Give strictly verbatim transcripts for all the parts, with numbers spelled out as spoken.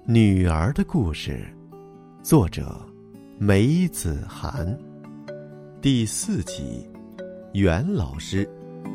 女儿的故事，作者梅子涵，第四集，袁老师。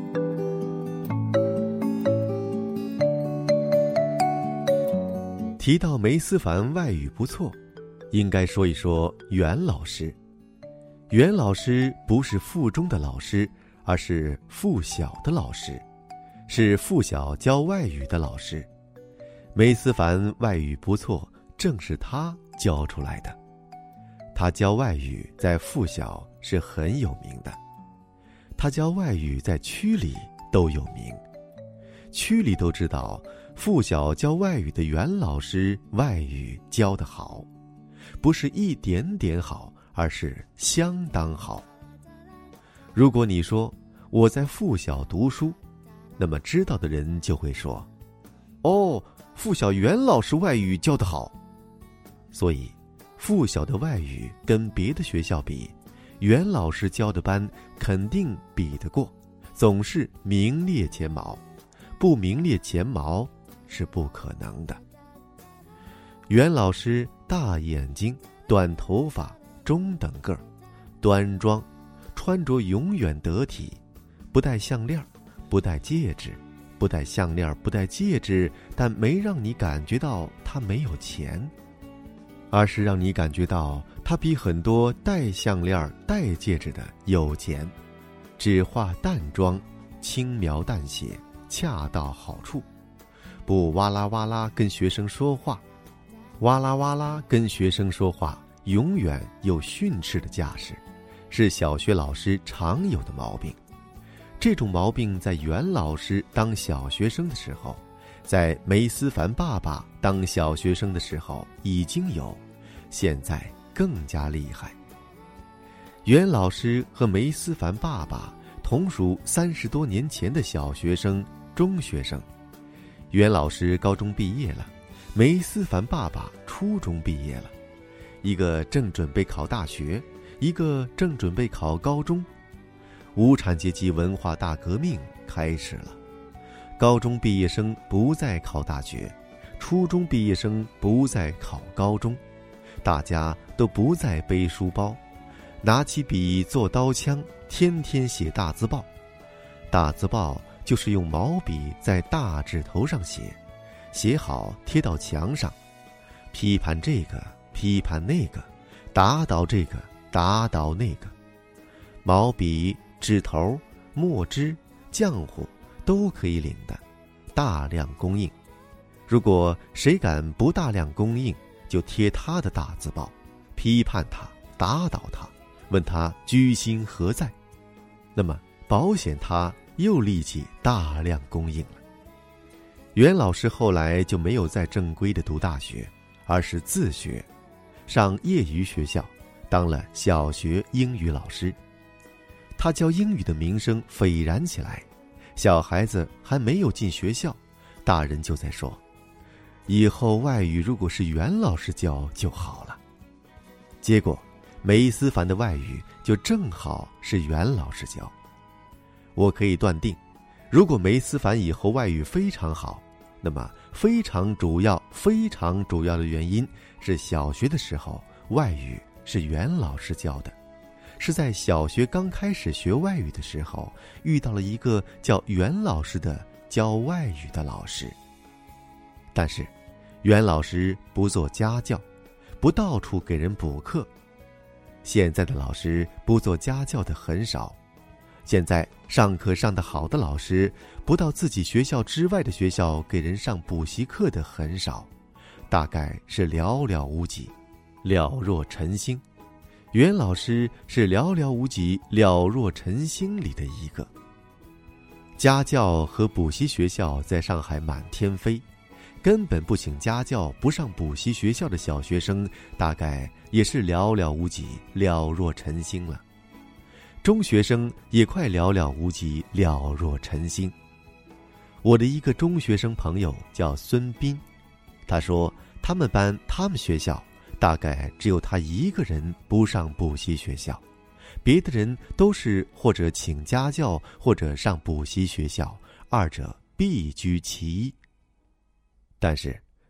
提到梅思凡外语不错，应该说一说袁老师。袁老师不是附中的老师，而是附小的老师，是附小教外语的老师。梅思凡外语不错，正是他教出来的。他教外语在附小是很有名的，他教外语在区里都有名。区里都知道附小教外语的袁老师外语教得好，不是一点点好，而是相当好。如果你说我在附小读书，那么知道的人就会说，哦，附小袁老师外语教得好。所以附小的外语跟别的学校比，袁老师教的班肯定比得过，总是名列前茅，不名列前茅是不可能的。袁老师大眼睛，短头发，中等个儿，端庄，穿着永远得体，不戴项链，不戴戒指，不戴项链，不戴戒指，但没让你感觉到他没有钱，而是让你感觉到他比很多戴项链、戴戒指的有钱。只化淡妆，轻描淡写，恰到好处，不哇啦哇啦跟学生说话，哇啦哇啦跟学生说话永远有训斥的架势，是小学老师常有的毛病。这种毛病在袁老师当小学生的时候，在梅思凡爸爸当小学生的时候已经有，现在更加厉害。袁老师和梅思凡爸爸同属三十多年前的小学生、中学生。袁老师高中毕业了，梅思凡爸爸初中毕业了，一个正准备考大学，一个正准备考高中。无产阶级文化大革命开始了，高中毕业生不再考大学，初中毕业生不再考高中，大家都不再背书包，拿起笔做刀枪，天天写大字报。大字报就是用毛笔在大纸头上写，写好贴到墙上，批判这个，批判那个，打倒这个，打倒那个。毛笔、纸头、墨汁、浆糊都可以领的，大量供应。如果谁敢不大量供应，就贴他的大字报，批判他，打倒他，问他居心何在。那么保险他又立即大量供应了。袁老师后来就没有在正规的读大学，而是自学，上业余学校，当了小学英语老师。他教英语的名声斐然起来，小孩子还没有进学校，大人就在说，以后外语如果是袁老师教就好了。结果梅思凡的外语就正好是袁老师教。我可以断定，如果梅思凡以后外语非常好，那么非常主要非常主要的原因是小学的时候外语是袁老师教的，是在小学刚开始学外语的时候遇到了一个叫袁老师的教外语的老师。但是袁老师不做家教，不到处给人补课。现在的老师不做家教的很少，现在上课上得好的老师不到自己学校之外的学校给人上补习课的很少，大概是寥寥无几，了若晨星。袁老师是寥寥无几，了若晨星里的一个。家教和补习学校在上海满天飞，根本不请家教不上补习学校的小学生大概也是寥寥无几，了若晨星了。中学生也快寥寥无几，了若晨星。我的一个中学生朋友叫孙斌，他说他们班他们学校大概只有他一个人不上补习学校，别的人都是或者请家教或者上补习学校，二者必居其一。但是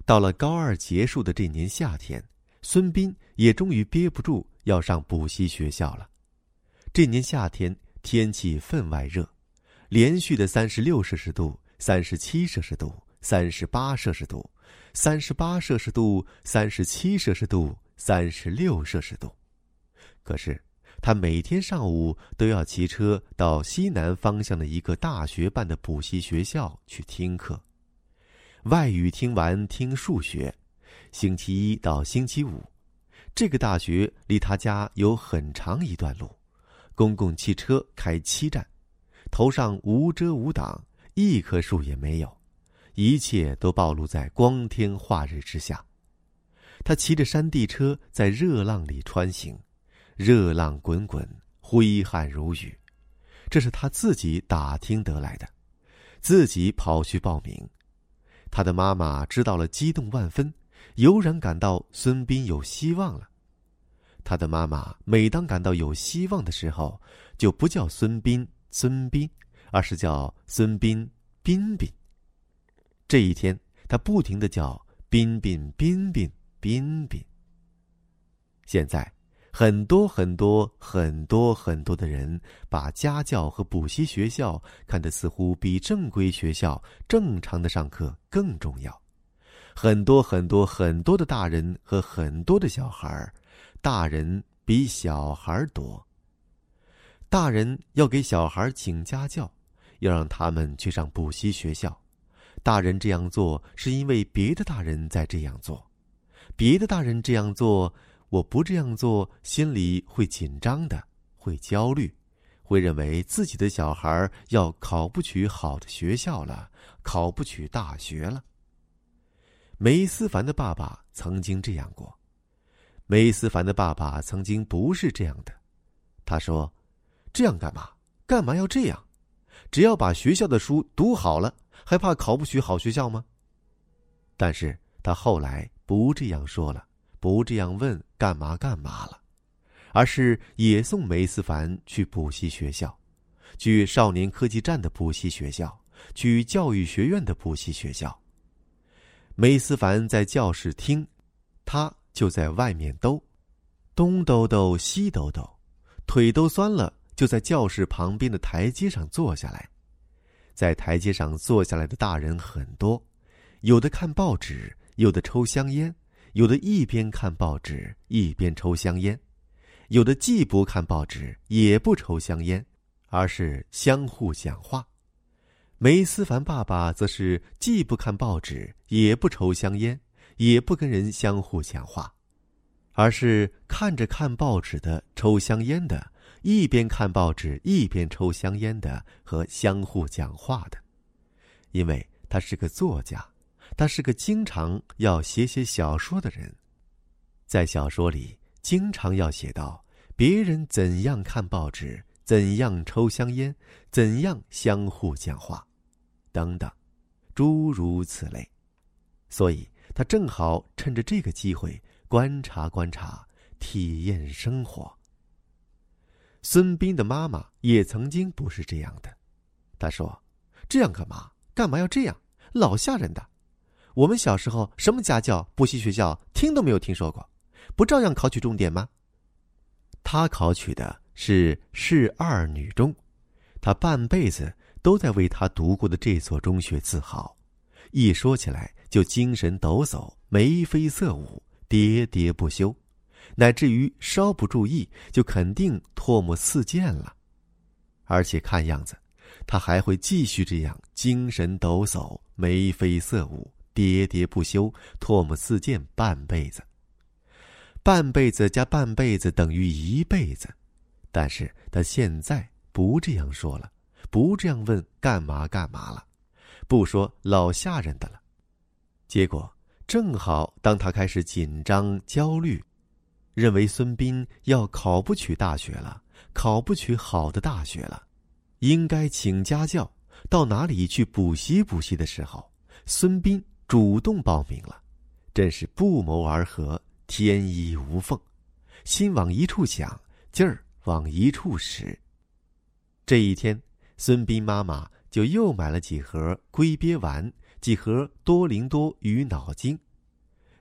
到了高二结束的这年夏天，孙斌也终于憋不住要上补习学校了。这年夏天天气分外热，连续的三十六摄氏度、三十七摄氏度、三十八摄氏度、三十八摄氏度、三十七摄氏度、三十六摄氏度。可是他每天上午都要骑车到西南方向的一个大学办的补习学校去听课。外语听完听数学，星期一到星期五。这个大学离他家有很长一段路，公共汽车开七站，头上无遮无挡，一棵树也没有，一切都暴露在光天化日之下。他骑着山地车在热浪里穿行，热浪滚滚，挥汗如雨。这是他自己打听得来的，自己跑去报名。他的妈妈知道了，激动万分，油然感到孙斌有希望了。他的妈妈每当感到有希望的时候，就不叫孙斌孙斌，而是叫孙斌彬彬。这一天，他不停地叫彬彬彬彬彬彬。现在很多很多很多很多的人把家教和补习学校看得似乎比正规学校正常的上课更重要。很多很多很多的大人和很多的小孩，大人比小孩多。大人要给小孩请家教，要让他们去上补习学校。大人这样做是因为别的大人在这样做，别的大人这样做，我不这样做，心里会紧张的，会焦虑，会认为自己的小孩要考不取好的学校了，考不取大学了。梅思凡的爸爸曾经这样过。梅思凡的爸爸曾经不是这样的。他说，这样干嘛？干嘛要这样？只要把学校的书读好了，还怕考不取好学校吗？但是他后来不这样说了，不这样问干嘛干嘛了，而是也送梅思凡去补习学校，去少年科技站的补习学校，去教育学院的补习学校。梅思凡在教室听，他就在外面兜，东兜兜西兜兜，腿都酸了，就在教室旁边的台阶上坐下来。在台阶上坐下来的大人很多，有的看报纸，有的抽香烟，有的一边看报纸一边抽香烟，有的既不看报纸也不抽香烟，而是相互讲话。梅思凡爸爸则是既不看报纸也不抽香烟，也不跟人相互讲话，而是看着看报纸的、抽香烟的，一边看报纸一边抽香烟的和相互讲话的。因为他是个作家，他是个经常要写写小说的人，在小说里经常要写到别人怎样看报纸，怎样抽香烟，怎样相互讲话，等等，诸如此类。所以他正好趁着这个机会观察观察，体验生活。孙斌的妈妈也曾经不是这样的。她说，这样干嘛？干嘛要这样？老吓人的。我们小时候什么家教、补习学校听都没有听说过，不照样考取重点吗？她考取的是市二女中，她半辈子都在为她读过的这所中学自豪，一说起来就精神抖擞，眉飞色舞，喋喋不休，乃至于稍不注意就肯定唾沫四溅了。而且看样子他还会继续这样精神抖擞，眉飞色舞，喋喋不休，唾沫四溅半辈子。半辈子加半辈子等于一辈子。但是他现在不这样说了，不这样问干嘛干嘛了，不说老吓人的了。结果正好当他开始紧张焦虑，认为孙斌要考不取大学了，考不取好的大学了，应该请家教，到哪里去补习补习的时候，孙斌主动报名了，真是不谋而合，天衣无缝，心往一处想，劲儿往一处使。这一天，孙斌妈妈就又买了几盒龟鳖丸，几盒多灵多鱼脑精，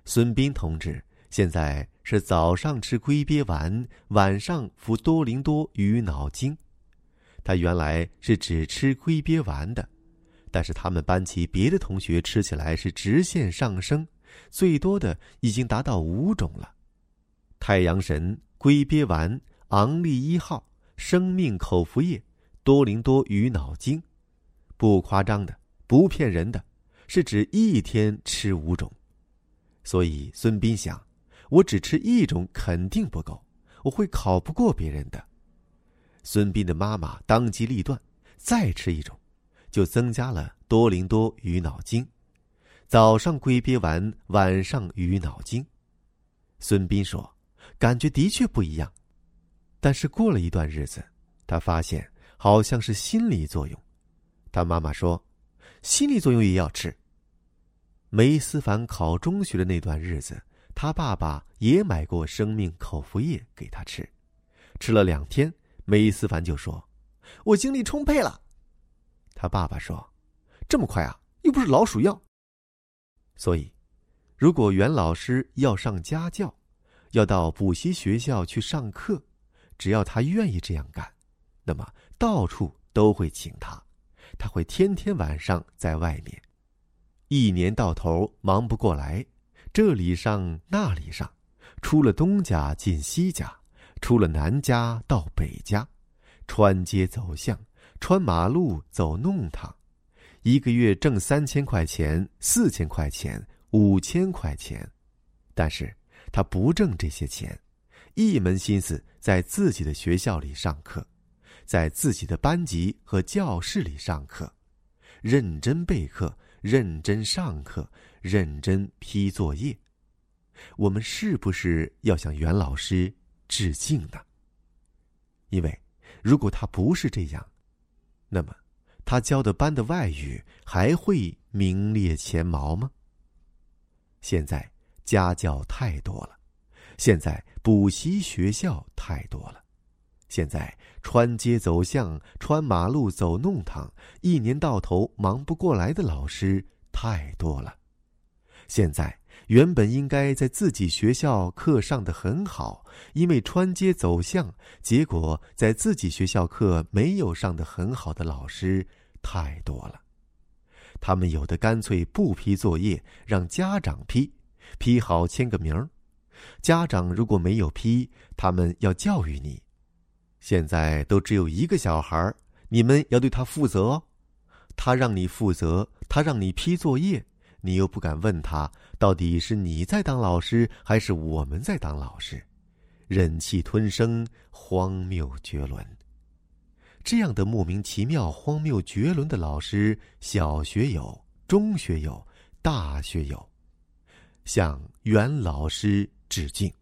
孙斌同志现在是早上吃龟鳖丸，晚上服多灵多鱼脑精。他原来是只吃龟鳖丸的，但是他们班级别的同学吃起来是直线上升，最多的已经达到五种了。太阳神、龟鳖丸、昂立一号、生命口服液、多灵多鱼脑精，不夸张的，不骗人的，是指一天吃五种。所以孙斌想，我只吃一种肯定不够，我会考不过别人的。孙斌的妈妈当机立断，再吃一种，就增加了多灵多鱼脑精，早上龟鳖丸，晚上鱼脑精。孙斌说，感觉的确不一样，但是过了一段日子，他发现好像是心理作用。他妈妈说，心理作用也要吃。梅思凡考中学的那段日子，他爸爸也买过生命口服液给他吃，吃了两天，梅思凡就说，我精力充沛了。他爸爸说，这么快啊，又不是老鼠药。所以如果袁老师要上家教，要到补习学校去上课，只要他愿意这样干，那么到处都会请他，他会天天晚上在外面，一年到头忙不过来，这里上那里上，出了东家进西家，出了南家到北家，穿街走巷，穿马路走弄堂，一个月挣三千块钱、四千块钱、五千块钱，但是他不挣这些钱，一门心思在自己的学校里上课，在自己的班级和教室里上课，认真备课，认真上课，认真批作业。我们是不是要向袁老师致敬呢？因为如果他不是这样，那么他教的班的外语还会名列前茅吗？现在家教太多了，现在补习学校太多了，现在穿街走巷、穿马路走弄堂，一年到头忙不过来的老师太多了。现在原本应该在自己学校课上得很好，因为穿街走巷，结果在自己学校课没有上得很好的老师太多了。他们有的干脆不批作业，让家长批，批好签个名儿。家长如果没有批，他们要教育你。现在都只有一个小孩，你们要对他负责哦。他让你负责，他让你批作业，你又不敢问他，到底是你在当老师，还是我们在当老师？忍气吞声，荒谬绝伦。这样的莫名其妙、荒谬绝伦的老师，小学有，中学有，大学有。向袁老师致敬。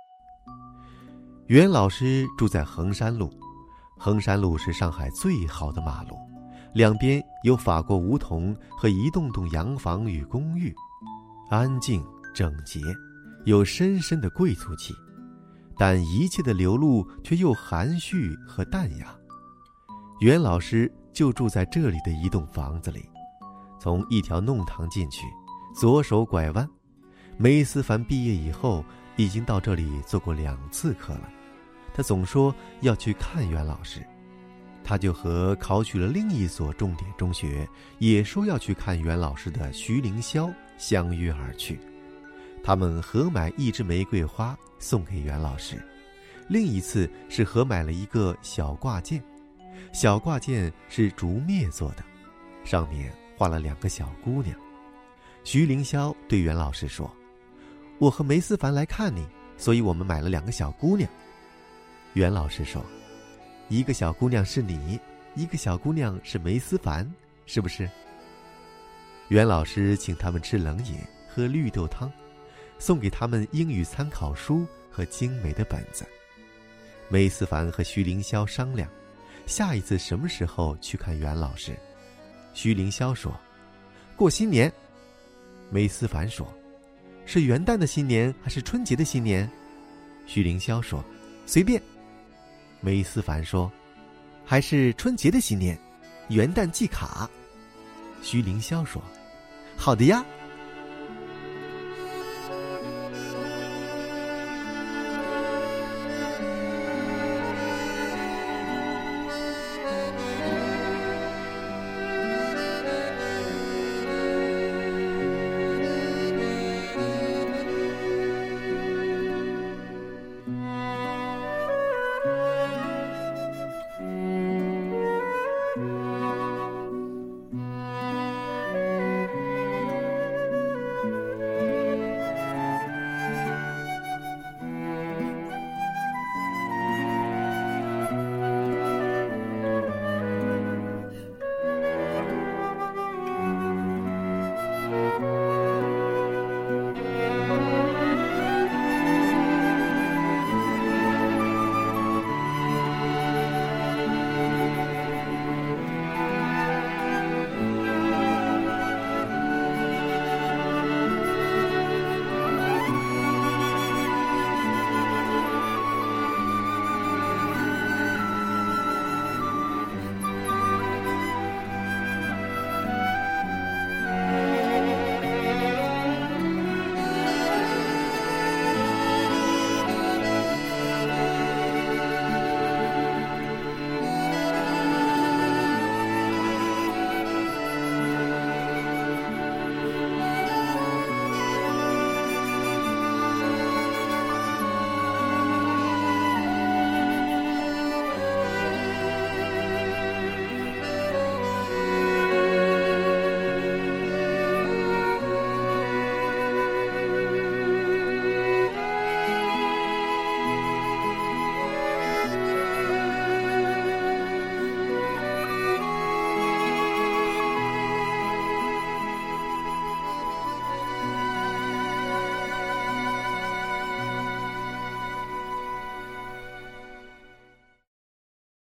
袁老师住在衡山路，衡山路是上海最好的马路，两边有法国梧桐和一栋栋洋房与公寓，安静整洁，有深深的贵族气，但一切的流露却又含蓄和淡雅。袁老师就住在这里的一栋房子里，从一条弄堂进去，左手拐弯。梅思凡毕业以后已经到这里做过两次课了，他总说要去看袁老师，他就和考取了另一所重点中学，也说要去看袁老师的徐凌霄相约而去。他们合买一支玫瑰花送给袁老师，另一次是合买了一个小挂件，小挂件是竹篾做的，上面画了两个小姑娘。徐凌霄对袁老师说，我和梅思凡来看你，所以我们买了两个小姑娘。袁老师说，一个小姑娘是你，一个小姑娘是梅思凡，是不是？袁老师请他们吃冷饮，喝绿豆汤，送给他们英语参考书和精美的本子。梅思凡和徐凌霄商量，下一次什么时候去看袁老师。徐凌霄说，过新年。梅思凡说，是元旦的新年还是春节的新年？徐凌霄说，随便。梅思凡说，还是春节的新年，元旦季卡。徐凌霄说，好的呀。